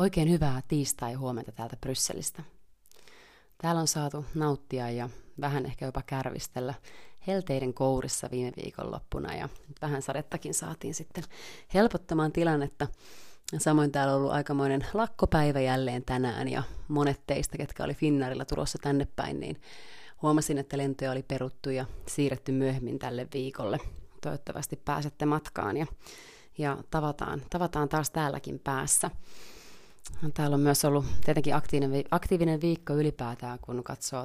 Oikein hyvää tiistai-huomenta täältä Brysselistä. Täällä on saatu nauttia ja vähän ehkä jopa kärvistellä helteiden kourissa viime viikonloppuna ja vähän sadettakin saatiin sitten helpottamaan tilannetta. Samoin täällä on ollut aikamoinen lakkopäivä jälleen tänään ja monet teistä, ketkä oli Finnairilla tulossa tänne päin, niin huomasin, että lentoja oli peruttu ja siirretty myöhemmin tälle viikolle. Toivottavasti pääsette matkaan ja tavataan taas täälläkin päässä. Täällä on myös ollut tietenkin aktiivinen viikko ylipäätään, kun katsoo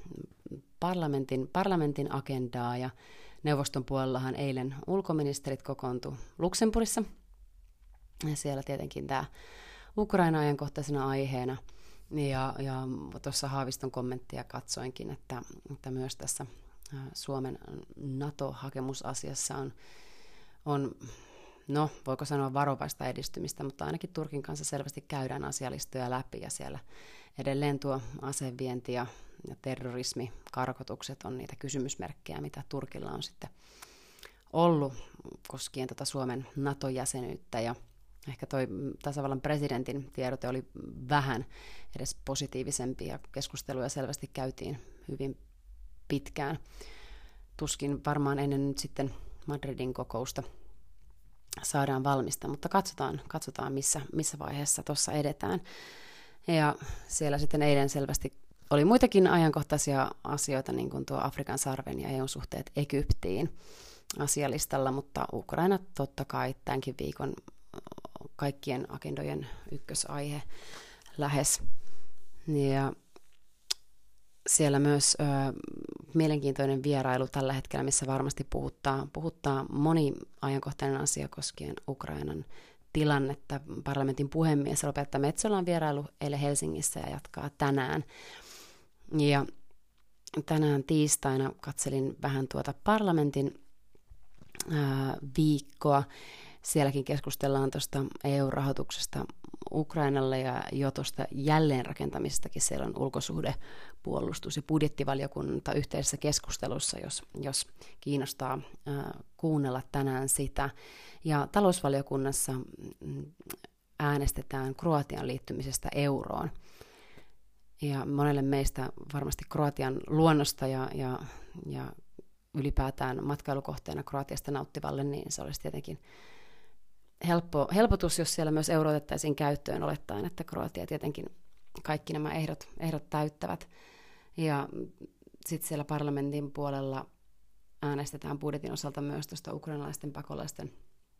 parlamentin agendaa, ja neuvoston puolellahan eilen ulkoministerit kokoontu Luxemburgissa. Ja siellä tietenkin tämä Ukraina ajankohtaisena aiheena. Ja tuossa Haaviston kommenttia katsoinkin, että myös tässä Suomen NATO-hakemusasiassa on voiko sanoa varovaista edistymistä, mutta ainakin Turkin kanssa selvästi käydään asialistoja läpi, ja siellä edelleen tuo asevienti ja terrorismi, karkotukset on niitä kysymysmerkkejä, mitä Turkilla on sitten ollut koskien Suomen NATO-jäsenyyttä, ja ehkä toi tasavallan presidentin tiedote oli vähän edes positiivisempi, ja keskusteluja selvästi käytiin hyvin pitkään. Tuskin varmaan ennen nyt sitten Madridin kokousta saadaan valmista, mutta katsotaan missä vaiheessa tuossa edetään. Ja siellä sitten eilen selvästi oli muitakin ajankohtaisia asioita, niin kuin tuo Afrikan sarven ja EU-suhteet Egyptiin asialistalla, mutta Ukraina totta kai tämänkin viikon kaikkien agendojen ykkösaihe lähes. Ja siellä myös mielenkiintoinen vierailu tällä hetkellä, missä varmasti puhuttaa moni ajankohtainen asia koskien Ukrainan tilannetta. Parlamentin puhemies Roberta Metsola on vierailu eilen Helsingissä ja jatkaa tänään. Ja tänään tiistaina katselin vähän tuota parlamentin viikkoa. Sielläkin keskustellaan tuosta EU-rahoituksesta Ukrainalle ja jo tuosta jälleenrakentamisestakin. Siellä on ulkosuhde, puolustus ja budjettivaliokunta yhteisessä keskustelussa, jos kiinnostaa kuunnella tänään sitä. Ja talousvaliokunnassa äänestetään Kroatian liittymisestä euroon. Ja monelle meistä varmasti Kroatian luonnosta ja ylipäätään matkailukohteena Kroatiasta nauttivalle, niin se olisi tietenkin helpotus, jos siellä myös euro otettaisiin käyttöön, olettaen, että Kroatia tietenkin kaikki nämä ehdot täyttävät. Ja sitten siellä parlamentin puolella äänestetään budjetin osalta myös tuosta ukrainalaisten pakolaisten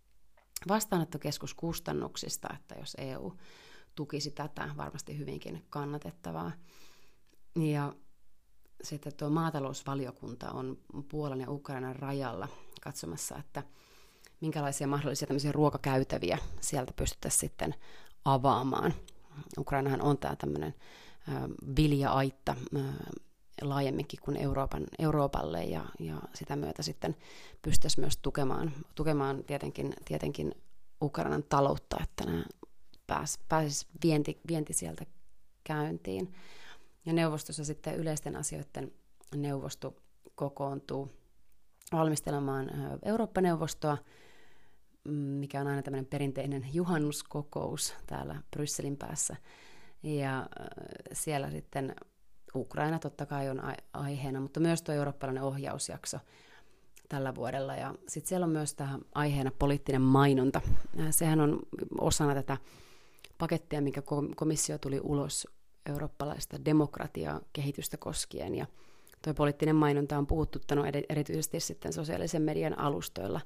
vastaanottokeskuskustannuksista, että jos EU tukisi tätä, varmasti hyvinkin kannatettavaa. Ja sitten tuo maatalousvaliokunta on Puolan ja Ukrainan rajalla katsomassa, että minkälaisia mahdollisia tämmöisiä ruokakäytäviä sieltä pystyttäisiin sitten avaamaan. Ukrainahan on tämä tämmöinen vilja-aitta laajemminkin kuin Euroopalle, ja sitä myötä sitten pystyttäisiin myös tukemaan tietenkin Ukrainan taloutta, että nämä pääsisi vienti sieltä käyntiin. Ja neuvostossa sitten yleisten asioiden neuvosto kokoontuu valmistelemaan Eurooppa-neuvostoa, mikä on aina tämmöinen perinteinen juhannuskokous täällä Brysselin päässä. Ja siellä sitten Ukraina totta kai on aiheena, mutta myös tuo eurooppalainen ohjausjakso tällä vuodella. Ja sitten siellä on myös tähän aiheena poliittinen mainonta. Sehän on osana tätä pakettia, minkä komissio tuli ulos eurooppalaista demokratiakehitystä koskien. Ja tuo poliittinen mainonta on puhututtanut erityisesti sitten sosiaalisen median alustoilla.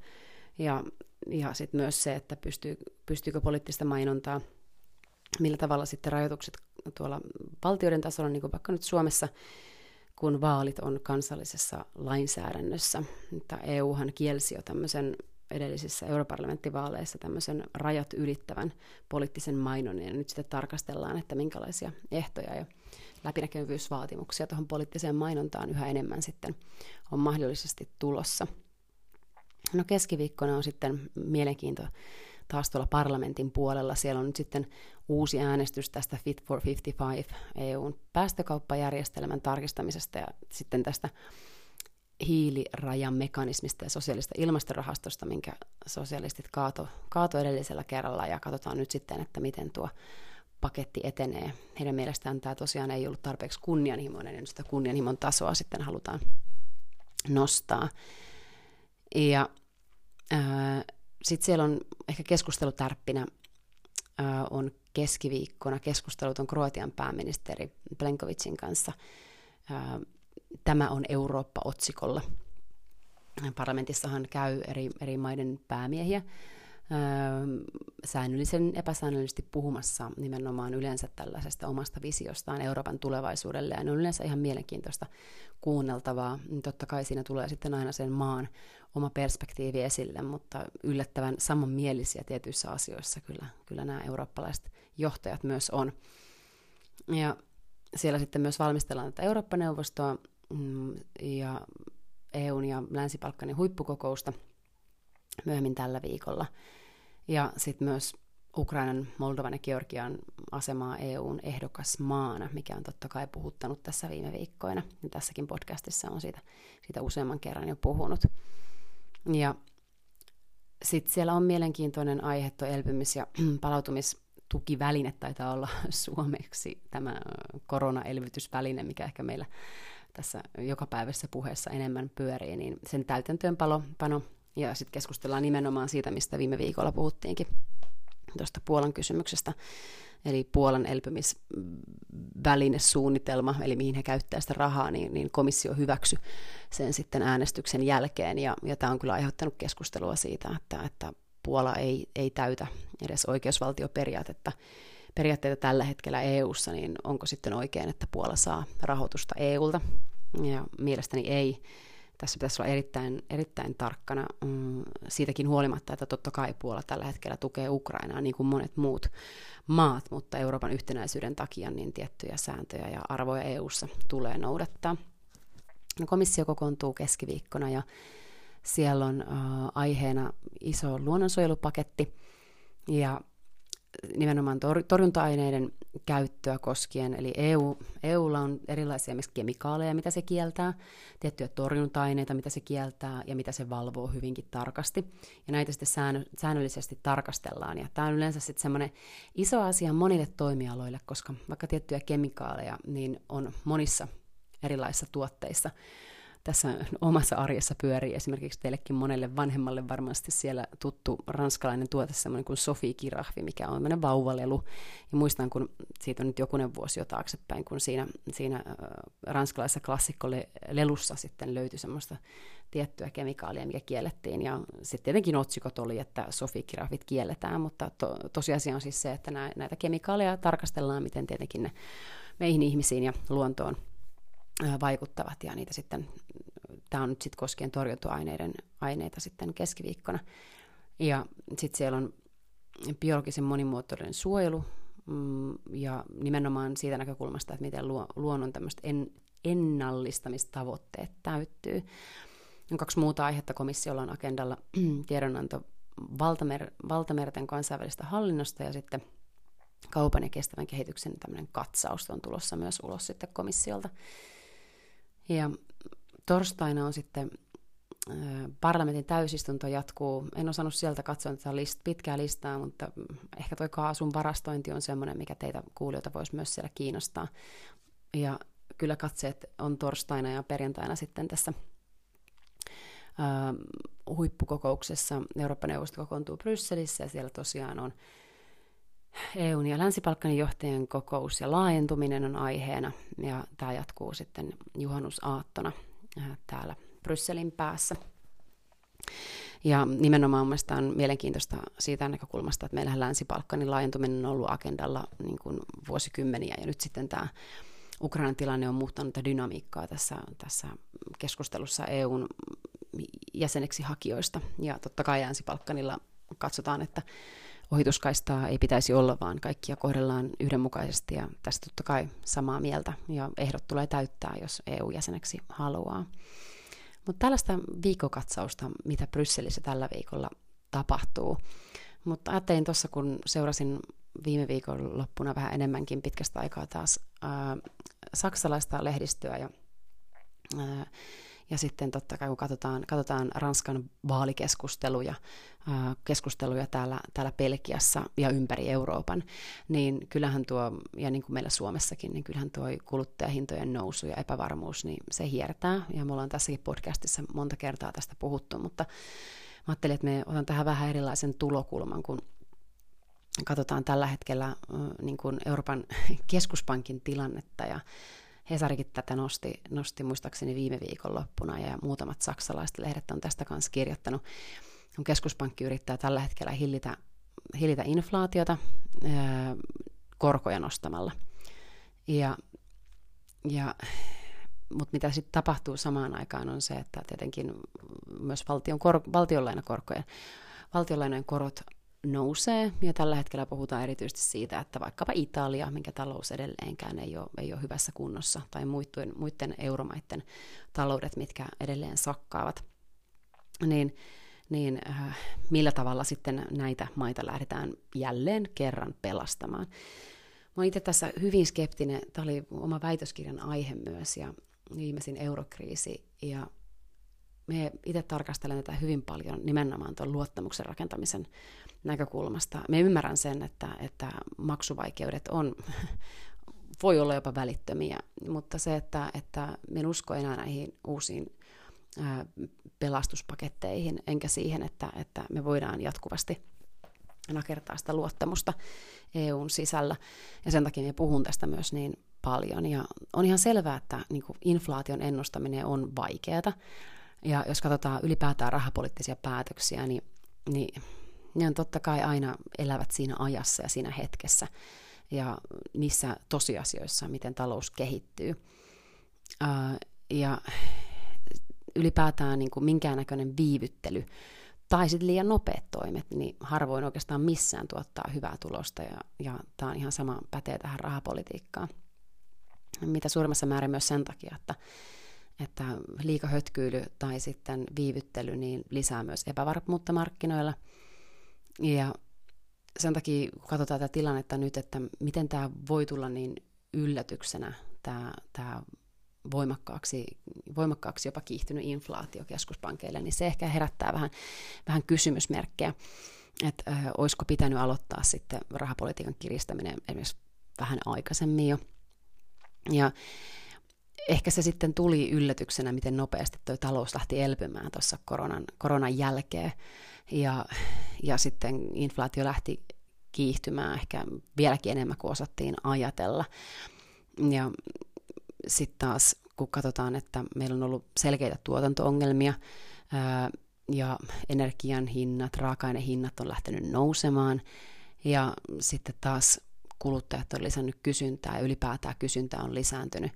Ja sitten myös se, että pystyykö poliittista mainontaa, millä tavalla sitten rajoitukset tuolla valtioiden tasolla, niin kuin vaikka nyt Suomessa, kun vaalit on kansallisessa lainsäädännössä. Mutta EUhan kielsi jo tämmöisen edellisissä europarlamenttivaaleissa tämmöisen rajat ylittävän poliittisen mainonnan, ja nyt sitten tarkastellaan, että minkälaisia ehtoja ja läpinäkyvyysvaatimuksia tuohon poliittiseen mainontaan yhä enemmän sitten on mahdollisesti tulossa. No keskiviikkona on sitten mielenkiinto taas tuolla parlamentin puolella. Siellä on nyt sitten uusi äänestys tästä Fit for 55 EUn päästökauppajärjestelmän tarkistamisesta ja sitten tästä hiilirajamekanismista ja sosiaalista ilmastorahastosta, minkä sosialistit kaato edellisellä kerralla, ja katsotaan nyt sitten, että miten tuo paketti etenee. Heidän mielestään tämä tosiaan ei ollut tarpeeksi kunnianhimoinen, ja sitä kunnianhimon tasoa sitten halutaan nostaa. Ja sitten siellä on ehkä keskustelutärppinä on keskiviikkona keskustelut on Kroatian pääministeri Plenkovicin kanssa. Tämä on Eurooppa-otsikolla. Parlamentissahan käy eri maiden päämiehiä epäsäännöllisesti puhumassa nimenomaan yleensä tällaisesta omasta visiostaan Euroopan tulevaisuudelle, ja ne on yleensä ihan mielenkiintoista kuunneltavaa. Totta kai siinä tulee sitten aina sen maan oma perspektiivi esille, mutta yllättävän samanmielisiä tietyissä asioissa kyllä nämä eurooppalaiset johtajat myös on. Ja siellä sitten myös valmistellaan tätä Eurooppa-neuvostoa ja EUn ja Länsi-Balkanin huippukokousta myöhemmin tällä viikolla. Ja sitten myös Ukrainan, Moldovan ja Georgian asemaa EUn ehdokasmaana, mikä on totta kai puhuttanut tässä viime viikkoina. Ja tässäkin podcastissa on siitä useamman kerran jo puhunut. Ja sitten siellä on mielenkiintoinen aihe, tuo elpymis- ja palautumistukiväline taitaa olla suomeksi tämä koronaelvytysväline, mikä ehkä meillä tässä jokapäiväisessä puheessa enemmän pyörii, niin sen täytäntöönpano. Ja sitten keskustellaan nimenomaan siitä, mistä viime viikolla puhuttiinkin, tuosta Puolan kysymyksestä, eli Puolan elpymisvälinesuunnitelma, eli mihin he käyttävät sitä rahaa, niin komissio hyväksyi sen sitten äänestyksen jälkeen, ja tämä on kyllä aiheuttanut keskustelua siitä, että Puola ei täytä edes oikeusvaltioperiaatteita tällä hetkellä EU:ssa, niin onko sitten oikein, että Puola saa rahoitusta EUlta, ja mielestäni ei. Tässä pitäisi olla erittäin tarkkana siitäkin huolimatta, että totta kai Puola tällä hetkellä tukee Ukrainaa niin kuin monet muut maat, mutta Euroopan yhtenäisyyden takia niin tiettyjä sääntöjä ja arvoja EU:ssa tulee noudattaa. Komissio kokoontuu keskiviikkona ja siellä on aiheena iso luonnonsuojelupaketti ja nimenomaan torjunta-aineiden käyttöä koskien, eli EUlla on erilaisia kemikaaleja, mitä se kieltää, tiettyjä torjunta-aineita, mitä se kieltää ja mitä se valvoo hyvinkin tarkasti, ja näitä sitten säännöllisesti tarkastellaan, ja tämä on yleensä sitten semmoinen iso asia monille toimialoille, koska vaikka tiettyjä kemikaaleja, niin on monissa erilaisissa tuotteissa. Tässä omassa arjessa pyörii esimerkiksi teillekin monelle vanhemmalle varmasti siellä tuttu ranskalainen tuote, semmoinen kuin Sophie Kirahvi, mikä on tämmöinen vauvalelu. Ja muistan, kun siitä on nyt jokunen vuosi jo taaksepäin, kun siinä ranskalaisessa klassikkolelussa sitten löytyi semmoista tiettyä kemikaalia, mikä kiellettiin. Ja sitten tietenkin otsikot oli, että Sophie Kirahvit kielletään, mutta tosiasia on siis se, että näitä kemikaaleja tarkastellaan, miten tietenkin ne meihin ihmisiin ja luontoon vaikuttavat, ja niitä sitten, tämä on nyt sitten koskien torjunta-aineita sitten keskiviikkona. Ja sitten siellä on biologisen monimuotoisuuden suojelu, ja nimenomaan siitä näkökulmasta, että miten luonnon tämmöiset ennallistamistavoitteet täyttyy. On 2 muuta aihetta komissiolla on agendalla, tiedonanto valtamerten kansainvälistä hallinnosta, ja sitten kaupan ja kestävän kehityksen tämmöinen katsaus on tulossa myös ulos sitten komissiolta. Ja torstaina on sitten parlamentin täysistunto jatkuu. En osannut sieltä katsoa tätä pitkää listaa, mutta ehkä tuo kaasun varastointi on semmoinen, mikä teitä kuulijoita voisi myös siellä kiinnostaa. Ja kyllä katseet on torstaina ja perjantaina sitten tässä huippukokouksessa. Eurooppa-neuvosto kokoontuu Brysselissä ja siellä tosiaan on EUn ja Länsi-Balkanin johtajien kokous ja laajentuminen on aiheena, ja tämä jatkuu sitten juhannusaattona täällä Brysselin päässä. Ja nimenomaan mielestäni on mielenkiintoista siitä näkökulmasta, että meillähän Länsi-Balkanin laajentuminen on ollut agendalla niin kuin vuosikymmeniä, ja nyt sitten tämä Ukrainan tilanne on muuttanut dynamiikkaa tässä keskustelussa EUn jäseneksi hakijoista, ja totta kai Länsi-Balkanilla katsotaan, että ohituskaistaa ei pitäisi olla, vaan kaikkia kohdellaan yhdenmukaisesti, ja tästä totta kai samaa mieltä, ja ehdot tulee täyttää, jos EU-jäseneksi haluaa. Mutta tällaista viikkokatsausta, mitä Brysselissä tällä viikolla tapahtuu. Mutta ajattelin tuossa, kun seurasin viime viikon loppuna vähän enemmänkin pitkästä aikaa taas saksalaista lehdistöä Ja sitten totta kai, kun katsotaan Ranskan vaalikeskusteluja täällä Belgiassa ja ympäri Euroopan, niin kyllähän tuo, ja niin kuin meillä Suomessakin, niin kyllähän tuo kuluttajahintojen nousu ja epävarmuus, niin se hiertää. Ja me ollaan tässäkin podcastissa monta kertaa tästä puhuttu, mutta mä ajattelin, että me otan tähän vähän erilaisen tulokulman, kun katsotaan tällä hetkellä niin kuin Euroopan keskuspankin tilannetta, ja Hesarikin tätä nosti muistaakseni viime viikonloppuna, ja muutamat saksalaiset lehdet on tästä kanssa kirjoittanut. Keskuspankki yrittää tällä hetkellä hillitä inflaatiota korkoja nostamalla. Mutta mitä sitten tapahtuu samaan aikaan on se, että tietenkin myös valtionlainojen korot nousee, ja tällä hetkellä puhutaan erityisesti siitä, että vaikkapa Italia, minkä talous edelleenkään ei ole hyvässä kunnossa, tai muiden euromaiden taloudet, mitkä edelleen sakkaavat, niin millä tavalla sitten näitä maita lähdetään jälleen kerran pelastamaan. Mä olen itse tässä hyvin skeptinen, tämä oli oma väitöskirjan aihe myös, ja viimeisin eurokriisi, ja me itse tarkastelen tätä hyvin paljon nimenomaan tuon luottamuksen rakentamisen näkökulmasta. Me ymmärrän sen, että maksuvaikeudet voi olla jopa välittömiä, mutta se, että me en usko enää näihin uusiin pelastuspaketteihin, enkä siihen, että me voidaan jatkuvasti nakertaa sitä luottamusta EUn sisällä, ja sen takia me puhun tästä myös niin paljon, ja on ihan selvää, että niin kuin inflaation ennustaminen on vaikeaa, ja jos katsotaan ylipäätään rahapoliittisia päätöksiä, niin ne on totta kai aina elävät siinä ajassa ja siinä hetkessä, ja niissä tosiasioissa, miten talous kehittyy. Ja ylipäätään niin kuin minkäännäköinen viivyttely tai sitten liian nopeat toimet, niin harvoin oikeastaan missään tuottaa hyvää tulosta, ja tämä on ihan sama pätee tähän rahapolitiikkaan. Mitä suurimmassa määrin myös sen takia, että liika hötkyily tai sitten viivyttely niin lisää myös epävarmuutta markkinoilla. Ja sen takia, kun katsotaan tätä tilannetta nyt, että miten tämä voi tulla niin yllätyksenä, tämä voimakkaaksi jopa kiihtynyt inflaatio keskuspankeille, niin se ehkä herättää vähän kysymysmerkkejä, että olisiko pitänyt aloittaa sitten rahapolitiikan kiristäminen esimerkiksi vähän aikaisemmin jo. Ja ehkä se sitten tuli yllätyksenä, miten nopeasti tuo talous lähti elpymään tuossa koronan jälkeen, ja sitten inflaatio lähti kiihtymään ehkä vieläkin enemmän kuin osattiin ajatella. Ja sitten taas, kun katsotaan, että meillä on ollut selkeitä tuotanto-ongelmia, ja energian hinnat, raaka-ainehinnat on lähtenyt nousemaan, ja sitten taas kuluttajat on lisännyt kysyntää, ja ylipäätään kysyntä on lisääntynyt,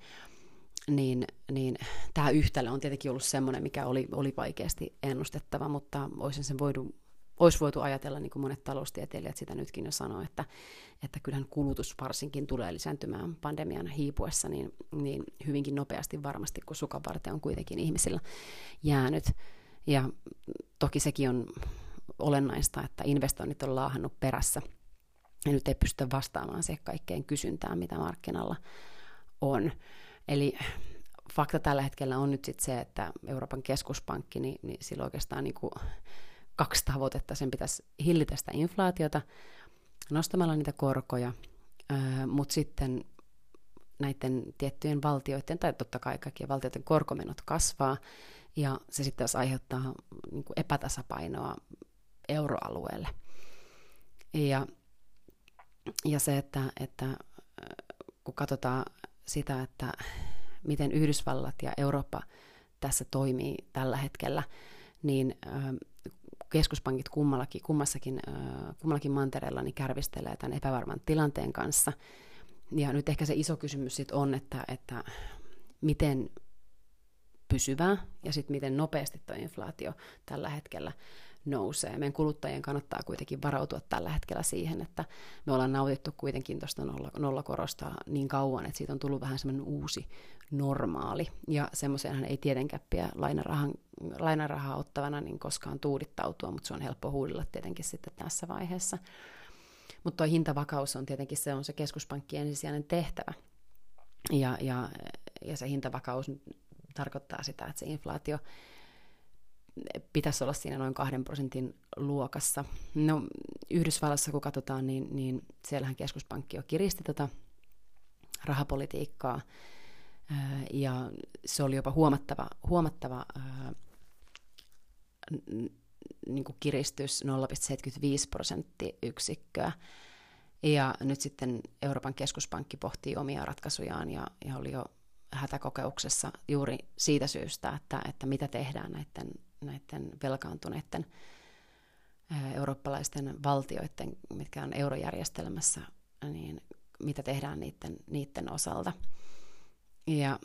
niin tämä yhtälö on tietenkin ollut semmoinen, mikä oli vaikeasti ennustettava, mutta olisi voitu ajatella, niin kuin monet taloustieteilijät sitä nytkin jo sanoo, että kyllähän kulutus varsinkin tulee lisääntymään pandemian hiipuessa niin hyvinkin nopeasti varmasti, kun sukanvarteen on kuitenkin ihmisillä jäänyt. Ja toki sekin on olennaista, että investoinnit on laahannut perässä, ja nyt ei pystytä vastaamaan siihen kaikkeen kysyntään, mitä markkinalla on. Eli fakta tällä hetkellä on nyt sitten se, että Euroopan keskuspankki, niin sillä oikeastaan niin kuin 2 tavoitetta. Sen pitäisi hillitä sitä inflaatiota nostamalla niitä korkoja, mutta sitten näiden tiettyjen valtioiden, tai totta kai kaikkien valtioiden korkomenot kasvaa, ja se sitten taas aiheuttaa niin kuin epätasapainoa euroalueelle. Ja se, että kun katsotaan sitä, että miten Yhdysvallat ja Eurooppa tässä toimii tällä hetkellä, niin keskuspankit kummallakin mantereella niin kärvistelee tämän epävarman tilanteen kanssa. Ja nyt ehkä se iso kysymys sit on, että miten pysyvää ja sitten miten nopeasti tuo inflaatio tällä hetkellä nousee. Meidän kuluttajien kannattaa kuitenkin varautua tällä hetkellä siihen, että me ollaan nautittu kuitenkin tuosta nollakorosta niin kauan, että siitä on tullut vähän semmoinen uusi normaali. Ja semmoiseenhan ei tietenkään pidä lainarahaa ottavana niin koskaan tuudittautua, mutta se on helppo huudella tietenkin sitten tässä vaiheessa. Mutta tuo hintavakaus on tietenkin se keskuspankkien ensisijainen tehtävä. Ja se hintavakaus tarkoittaa sitä, että se inflaatio pitäisi olla siinä noin 2% luokassa. No, Yhdysvallassa kun katsotaan, niin siellähän keskuspankki jo kiristi tätä rahapolitiikkaa, ja se oli jopa huomattava niin kuin kiristys 0,75%. Ja nyt sitten Euroopan keskuspankki pohtii omia ratkaisujaan ja oli jo hätäkokeuksessa juuri siitä syystä, että mitä tehdään näiden velkaantuneiden eurooppalaisten valtioiden, mitkä on eurojärjestelmässä, niin mitä tehdään niiden osalta. Ja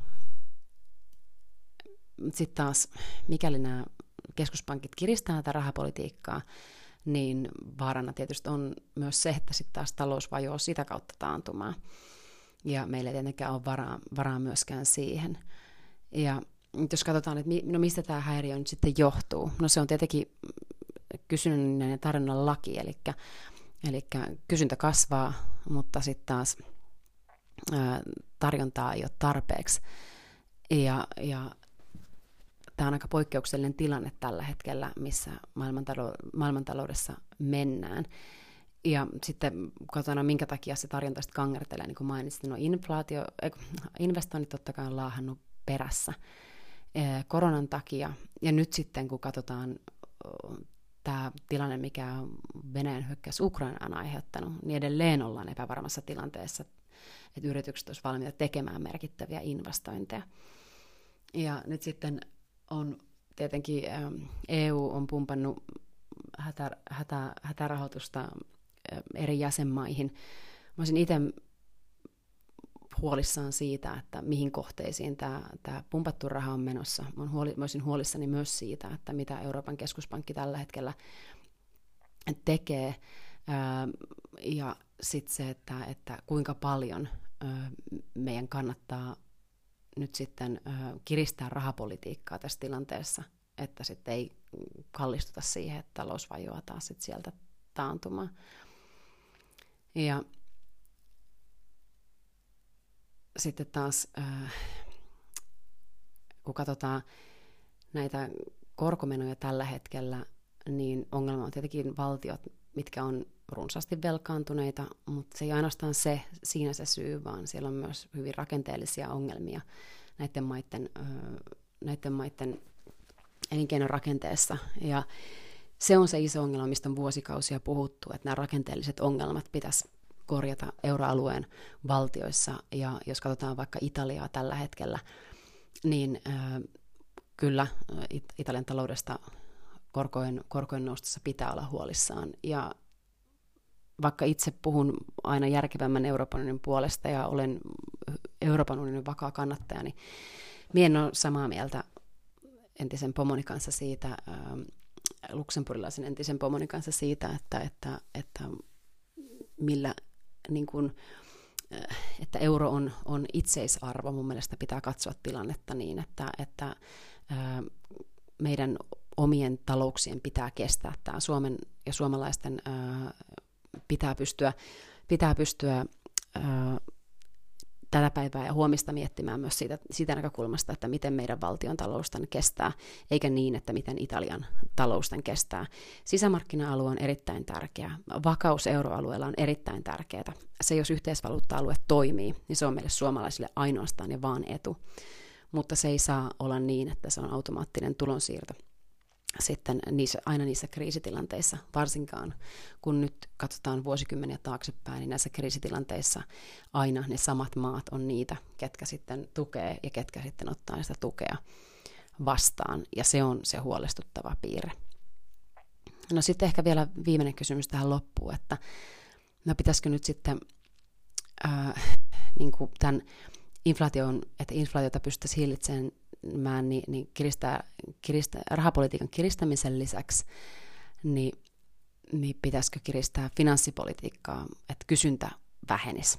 sitten taas, mikäli nämä keskuspankit kiristää tätä rahapolitiikkaa, niin vaarana tietysti on myös se, että sitten taas talous vajoo sitä kautta taantumaan. Ja meillä ei tietenkään ole varaa myöskään siihen. Ja jos katsotaan, että mistä tämä häiriö nyt sitten johtuu, no se on tietenkin kysynnän ja tarjonnan laki, eli kysyntä kasvaa, mutta sitten taas tarjontaa ei ole tarpeeksi. Ja tämä on aika poikkeuksellinen tilanne tällä hetkellä, missä maailmantaloudessa mennään. Ja sitten katsotaan, minkä takia se tarjonta sitten kangertelee, niin kuin mainitsin, no investoinnit totta kai on laahannut perässä koronan takia. Ja nyt sitten, kun katsotaan tämä tilanne, mikä Venäjän hyökkäys Ukrainaan aiheuttanut, niin edelleen ollaan epävarmassa tilanteessa, että yritykset olisivat valmiita tekemään merkittäviä investointeja. Ja nyt sitten on tietenkin EU on pumpannut hätärahoitusta eri jäsenmaihin. Mä olisin itse huolissaan siitä, että mihin kohteisiin tämä pumpattu raha on menossa. Mä olisin huolissani myös siitä, että mitä Euroopan keskuspankki tällä hetkellä tekee, ja sitten se, että kuinka paljon meidän kannattaa nyt sitten kiristää rahapolitiikkaa tässä tilanteessa, että sitten ei kallistuta siihen, että talous vajoaa taas sit sieltä taantumaan. Ja sitten taas, kun katsotaan näitä korkomenoja tällä hetkellä, niin ongelma on tietenkin valtiot, mitkä on runsaasti velkaantuneita, mutta se ei ainoastaan siinä se syy, vaan siellä on myös hyvin rakenteellisia ongelmia näiden maiden elinkeinorakenteessa. Ja se on se iso ongelma, mistä on vuosikausia puhuttu, että nämä rakenteelliset ongelmat pitäisi korjata euroalueen valtioissa. Ja jos katsotaan vaikka Italiaa tällä hetkellä, niin kyllä Italian taloudesta korkojen noustessa pitää olla huolissaan. Ja vaikka itse puhun aina järkevämmän Euroopan unionin puolesta ja olen Euroopan unionin vakaa kannattaja, niin minä en ole samaa mieltä entisen pomoni kanssa siitä, luxemburgilaisen entisen pomoni kanssa siitä, että millä niin kuin, että euro on itseisarvo. Mun mielestä pitää katsoa tilannetta niin, että meidän omien talouksien pitää kestää tämä Suomen ja suomalaisten pitää pystyä tätä päivää ja huomista miettimään myös siitä näkökulmasta, että miten meidän valtion talousten kestää, eikä niin, että miten Italian talousten kestää. Sisämarkkina-alue on erittäin tärkeä. Vakaus euroalueella on erittäin tärkeää. Se, jos yhteisvaluutta-alue toimii, niin se on meille suomalaisille ainoastaan ja vaan etu. Mutta se ei saa olla niin, että se on automaattinen tulonsiirto sitten aina niissä kriisitilanteissa, varsinkaan kun nyt katsotaan vuosikymmeniä taaksepäin, niin näissä kriisitilanteissa aina ne samat maat on niitä, ketkä sitten tukee ja ketkä sitten ottaa sitä tukea vastaan, ja se on se huolestuttava piirre. No sitten ehkä vielä viimeinen kysymys tähän loppuun, että no pitäisikö nyt sitten niin kuin tämän inflaatiota pystyttäisiin hillitsemään, niin rahapolitiikan kiristämisen lisäksi, niin pitäisikö kiristää finanssipolitiikkaa, että kysyntä vähenisi.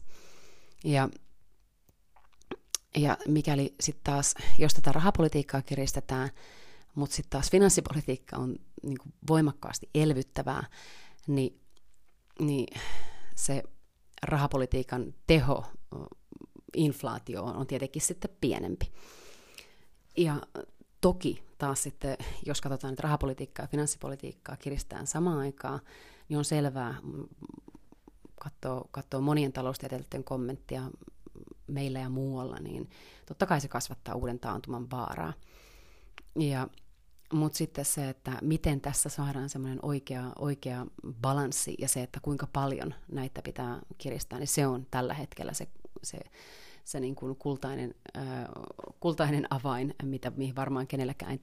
Ja mikäli sitten taas, jos tätä rahapolitiikkaa kiristetään, mutta sitten taas finanssipolitiikka on niin kuin voimakkaasti elvyttävää, niin se rahapolitiikan teho inflaatio on tietenkin sitten pienempi. Ja toki taas sitten, jos katsotaan nyt rahapolitiikkaa ja finanssipolitiikkaa kiristään samaan aikaan, niin on selvää, katsoo monien taloustieteilijöiden kommenttia meillä ja muualla, niin totta kai se kasvattaa uuden taantuman vaaraa. Mutta sitten se, että miten tässä saadaan semmoinen oikea balanssi ja se, että kuinka paljon näitä pitää kiristää, niin se on tällä hetkellä se niin kuin kultainen avain, mihin varmaan kenelläkään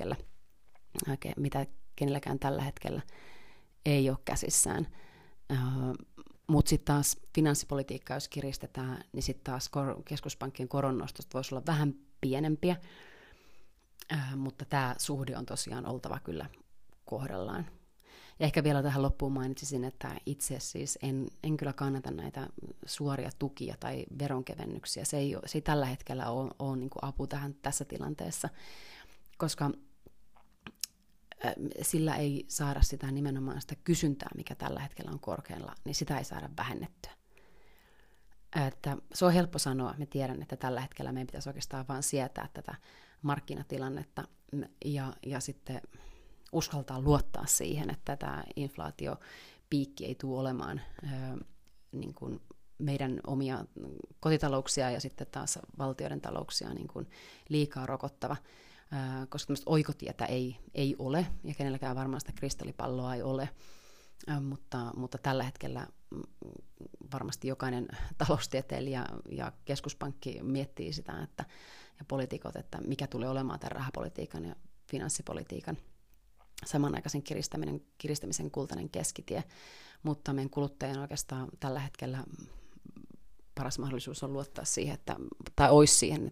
tällä hetkellä ei ole käsissään. Mutta sitten taas finanssipolitiikkaa, jos kiristetään, niin sitten taas keskuspankkien koronnostosta voisi olla vähän pienempiä, mutta tämä suhde on tosiaan oltava kyllä kohdallaan. Ja ehkä vielä tähän loppuun mainitsisin, että itse siis en kyllä kannata näitä suoria tukia tai veronkevennyksiä. Se ei tällä hetkellä ole niin kuin apu tässä tilanteessa, koska sillä ei saada sitä nimenomaan sitä kysyntää, mikä tällä hetkellä on korkealla, niin sitä ei saada vähennettyä. Että se on helppo sanoa, me tiedän, että tällä hetkellä meidän pitäisi oikeastaan vain sietää tätä markkinatilannetta ja sitten uskaltaa luottaa siihen, että tämä inflaatiopiikki ei tule olemaan niin kuin meidän omia kotitalouksia ja sitten taas valtioiden talouksia niin kuin liikaa rokottava, koska tämmöistä oikotietä ei ole, ja kenelläkään varmaan sitä kristallipalloa ei ole, mutta tällä hetkellä varmasti jokainen taloustieteilijä ja keskuspankki miettii sitä, ja poliitikot, että mikä tulee olemaan tämän rahapolitiikan ja finanssipolitiikan samanaikaisen kiristämisen kultainen keskitie, mutta meidän kuluttajien oikeastaan tällä hetkellä paras mahdollisuus on luottaa siihen, tai olisi siihen,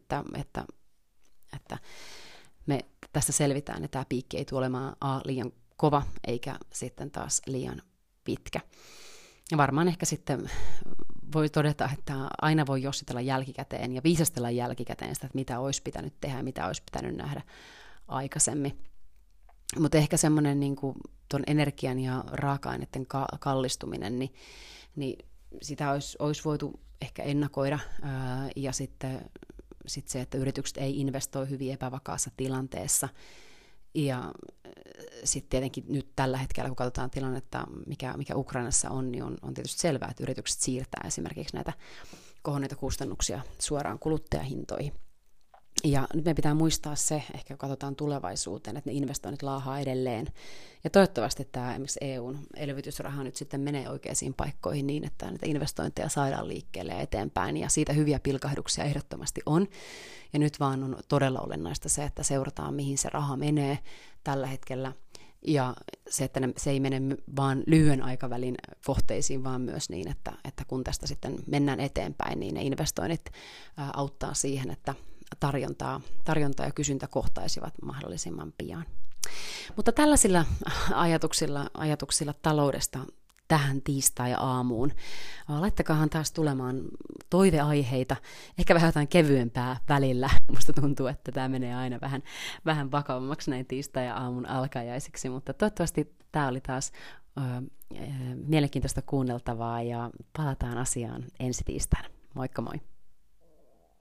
että me tästä selvitään, että tämä piikki ei tule olemaan liian kova, eikä sitten taas liian pitkä. Ja varmaan ehkä sitten voi todeta, että aina voi jossitella jälkikäteen ja viisastella jälkikäteen sitä, että mitä olisi pitänyt tehdä ja mitä olisi pitänyt nähdä aikaisemmin. Mutta ehkä semmoinen niin kuin tuon energian ja raaka-aineiden kallistuminen, niin sitä olisi voitu ehkä ennakoida. Ja sitten se, että yritykset ei investoi hyvin epävakaassa tilanteessa. Ja sitten tietenkin nyt tällä hetkellä, kun katsotaan tilannetta, mikä Ukrainassa on, niin on tietysti selvää, että yritykset siirtää esimerkiksi näitä kohonneita kustannuksia suoraan kuluttajahintoihin. Ja nyt me pitää muistaa se, ehkä kun katsotaan tulevaisuuteen, että ne investoinnit laahaa edelleen. Ja toivottavasti tämä esimerkiksi EUn elvytysraha nyt sitten menee oikeisiin paikkoihin niin, että näitä investointeja saadaan liikkeelle ja eteenpäin. Ja siitä hyviä pilkahduksia ehdottomasti on. Ja nyt vaan on todella olennaista se, että seurataan, mihin se raha menee tällä hetkellä. Ja se, että se ei mene vaan lyhyen aikavälin kohteisiin, vaan myös niin, että kun tästä sitten mennään eteenpäin, niin ne investoinnit auttaa siihen, että tarjonta ja kysyntä kohtaisivat mahdollisimman pian. Mutta tällaisilla ajatuksilla taloudesta tähän tiistai-aamuun. Laittakahan taas tulemaan toiveaiheita, ehkä vähän jotain kevyempää välillä. Musta tuntuu, että tämä menee aina vähän vakavammaksi näin tiistai-aamun alkajaisiksi, mutta toivottavasti tämä oli taas mielenkiintoista kuunneltavaa ja palataan asiaan ensi tiistaina. Moikka moi!